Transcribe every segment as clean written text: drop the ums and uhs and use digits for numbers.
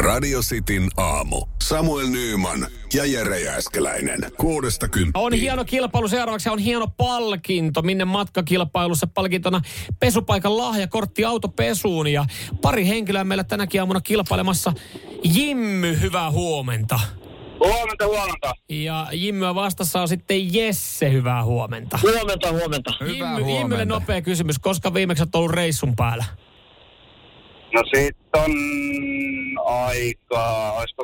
Radio Cityn aamu. Samuel Nyyman ja Jere Jääskeläinen. 6-10. On hieno kilpailu. Seuraavaksi on hieno palkinto. Minne matkakilpailussa palkintona pesupaikan lahjakortti autopesuun. Ja pari henkilöä meillä tänäkin aamuna kilpailemassa. Jimmy, hyvää huomenta. Huomenta. Ja Jimmyä vastassa on sitten Jesse, hyvää huomenta. Huomenta. Jimmylle nopea kysymys. Koska viimeksi olet ollut reissun päällä? No siitä on aikaa, olisiko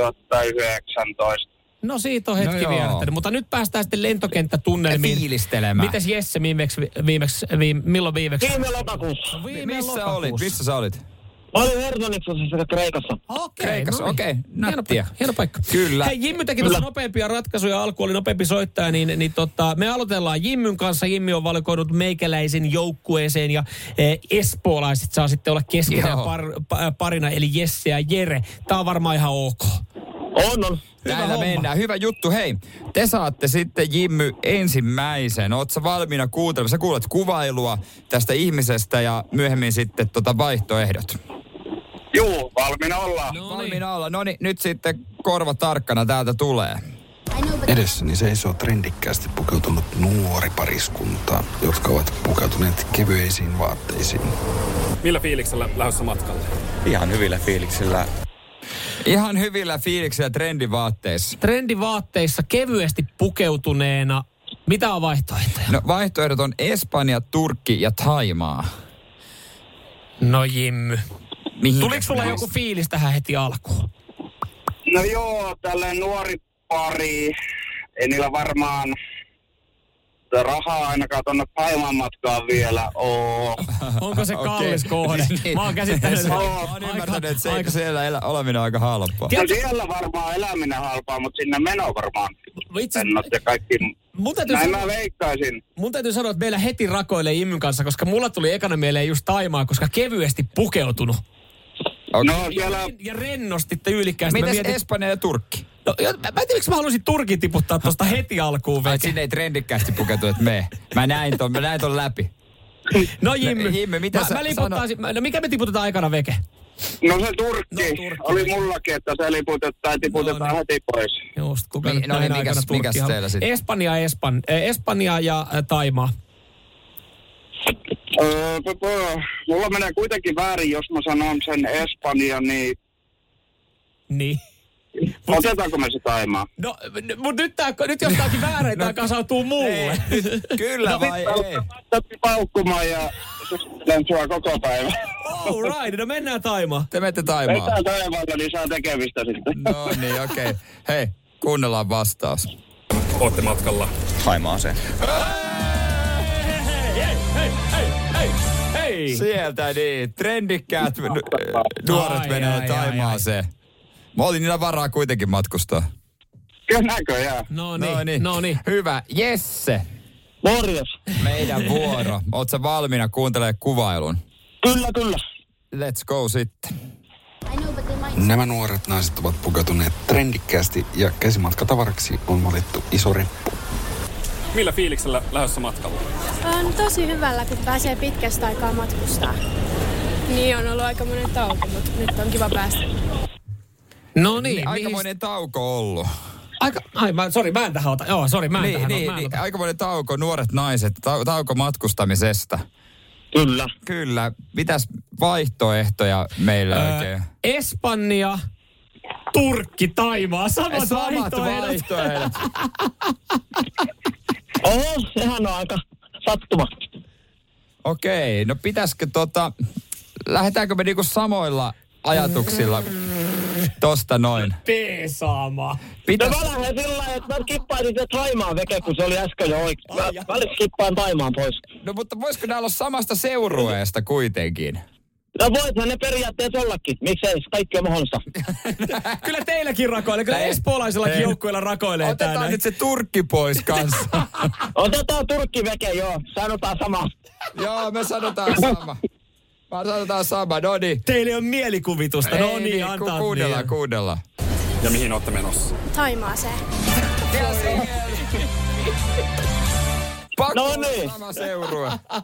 2019. No siitä on hetki vierähtänyt, mutta nyt päästään sitten lentokenttätunnelmiin. Fiilistelemään. Mites Jesse milloin viimeksi? Viime lokakuussa. Missä sä olit? Mä olin Hernaniksessa sekä Kreikassa. Okei. Nättiä. Hieno paikka. Kyllä. Hei, Jimmy teki tuossa nopeampia ratkaisuja. Alku oli nopeampi soittaja, niin me aloitellaan Jimmyn kanssa. Jimmy on valikoinut meikäläisen joukkueeseen ja espoolaiset saa sitten olla keskenään parina, eli Jesse ja Jere. Tää on varmaan ihan ok. On. Täällä mennään. Hyvä juttu. Hei, te saatte sitten Jimmy ensimmäisen. Oot sä valmiina kuuntelemaan? Sä kuulet kuvailua tästä ihmisestä ja myöhemmin sitten vaihtoehdot. Juu, valmiina ollaan. Valmiina olla. No niin, nyt sitten korva tarkkana täältä tulee. Edessäni seisoo trendikkäästi pukeutunut nuori pariskunta, jotka ovat pukeutuneet kevyisiin vaatteisiin. Millä fiiliksellä lähdössä matkalle? Ihan hyvillä fiiliksillä. Ihan hyvillä fiiliksillä trendivaatteissa. Trendivaatteissa kevyesti pukeutuneena. Mitä on vaihtoehtoja? No vaihtoehdot on Espanja, Turkki ja Thaimaa. No Jimmy. Tuliko sulla näistä? joku fiilis tähän heti alkuun? No joo, tälleen nuori pari. Ei niillä varmaan rahaa ainakaan tuonne Thaimaan matkaan vielä oo. Onko se kallis kohde? Mä oon käsittänyt. Mä oon ymmärtänyt, että se siellä oleminen on aika halpaa. No siellä varmaan eläminen halpaa, mutta sinne meno varmaan. Lennot ja kaikki. Näin mä veikkaisin. Mun täytyy sanoa, että meillä heti rakoilee Jimmyn kanssa, koska mulla tuli ekana mieleen just Thaimaa, koska kevyesti pukeutunut. Okay. No siellä. Ja rennosti tyylikkäästi. Mites Espanja ja Turkki? No, mä en tiedä, miksi mä halusin Turkin tiputtaa tosta heti alkuun. Sinne ei trendikkäästi pukeutu, että Mä näin ton läpi. No Jimmy, mitä sä no mikä me tiputetaan ekana veke? No se Turkki. Oli mullakin, että se tiputetaan heti pois. Just, kuka nyt näin aikana Turkki teillä sitten? Espanja ja Thaimaa. Mulla menee kuitenkin väärin, jos mä sanon sen Espanja, niin. Otetaanko me se Thaimaa? No, mutta nyt jos tääkin väärin, tää kasautuu mulle. Kyllä vai ei? Täytyy paukkumaan ja suosittelen sua koko päivä. All right, no mennään Thaimaan. Te menette Thaimaan. Mennään Thaimaalla, niin saa tekemistä sitten. No niin, okei. Hei, kuunnellaan vastaus. Ootte matkalla Thaimaaseen. Hei! Sieltä niin, trendikkäät nuoret menee Thaimaaseen. Mä olin niillä varaa kuitenkin matkustaa. Kyllä näköjään. No niin. Hyvä. Jesse. Morjes. Meidän vuoro. Oot sä valmiina kuuntelemaan kuvailun? Kyllä. Let's go sitten. Nämä nuoret naiset ovat pukeutuneet trendikkäästi ja käsimatkatavaraksi on valittu iso reppu. Millä fiiliksellä lähdössä matkalla? On tosi hyvällä, kun pääsee pitkästä aikaa matkustaa. Niin on ollut aikamoinen tauko, mutta nyt on kiva päästä. No niin. Aikamoinen tauko ollut. Mä en tähän ota. Joo, sori, mä en tähän ota. Aikamoinen tauko, nuoret naiset, tauko matkustamisesta. Kyllä. Mitäs vaihtoehtoja meillä oikein? Espanja, Turkki, Thaimaa. Samat vaihtoehdot. Sehän on aika sattuma. Okei, no pitäisikö lähdetäänkö me niinku samoilla ajatuksilla tosta noin? Peesaamaan. No mä lähden sillä lailla, että mä kippaisin se Thaimaan veke, kun se oli äsken jo oikein. Mä kippaan Thaimaan pois. No mutta voisiko nää olla samasta seurueesta kuitenkin? No voithan ne periaatteessa ollakin. Miksei? Kaikki on mahdollista. Kyllä teilläkin rakoilee. Kyllä espoolaisillakin joukkueilla rakoilee. Otetaan nyt se Turkki pois kanssa. Otetaan Turkki veke, joo. Sanotaan sama. Joo, me sanotaan sama. No niin. Teille on mielikuvitusta. No niin, antaa kuunnellaan. Ja mihin ootte menossa? Thaimaaseen. Pakko sama seurue.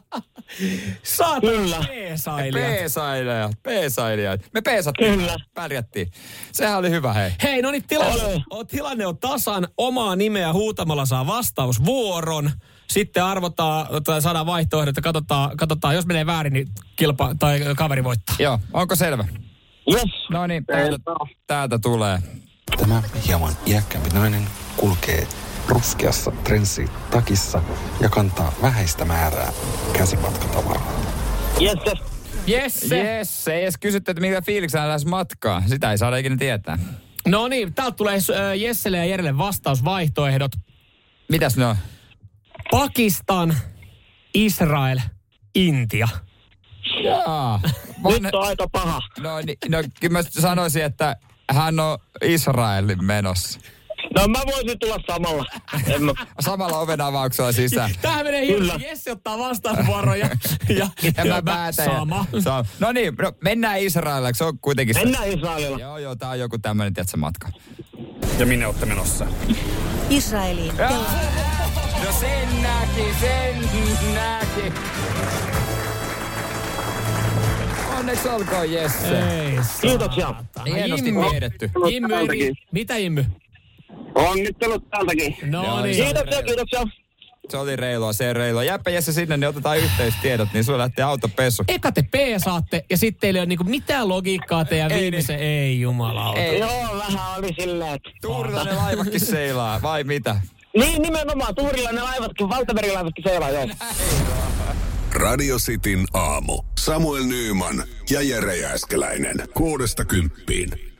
Saatana P-sailijat. Me peesattiin. Kyllä. Pärjättiin. Sehän oli hyvä, hei. Hei, no niin, tilanne on tasan. Omaa nimeä huutamalla saa vastausvuoron. Sitten arvotaan, tai saadaan vaihtoehdot ja katsotaan, jos menee väärin, niin kaveri voittaa. Joo, onko selvä? Yes. No niin, täältä tulee. Tämä hieman iäkkäämpi nainen kulkee ruskeassa trenssitakissa ja kantaa vähäistä määrää käsimatkatavaraa. Yes. Ei edes kysytty, että millä fiiliksellä lähes matkaa. Sitä ei saada ikinä tietää. No niin, täältä tulee Jesselle ja Jerelle vastausvaihtoehdot. Mitäs ne on? Pakistan, Israel, Intia. Jaa. Nyt on aika paha. No kyllä mä sanoisin, että hän on Israelin menossa. No mä voisin tulla samalla. Samalla oven avauksella sisään. Tämähän menee hienosti. Jesse ottaa vastausvuoroja ja mä päätän. Sama. No niin, mennään Israelille. Se on kuitenkin mennään Israelilla. Joo, tää on joku tämmönen, tiedätkö, matka. Ja minne olette menossa? Israeliin. No sen näki. Onneksi olkoon, Jesse. Ei, kiitoksia. Hienosti tiedetty. Mitä Jimmy? Onnittelut täältäkin. No niin. Kiitoksia. Se oli reilua, Jääpä Jesse sinne, niin otetaan yhteistiedot, niin sulla lähtee auto pessu. Eka te peesaatte ja sitten teillä ei ole niinku mitään logiikkaa teidän viimeisen. Ei jumalauta. Joo, vähän oli silleen. Tuurilainen laivakin seilaa, vai mitä? Niin, nimenomaan. Tuurilainen laivatkin, valtamerilaivatkin seilaa, joo. Radio Cityn aamu. Samuel Nyyman ja Jere Jääskeläinen. 6–10.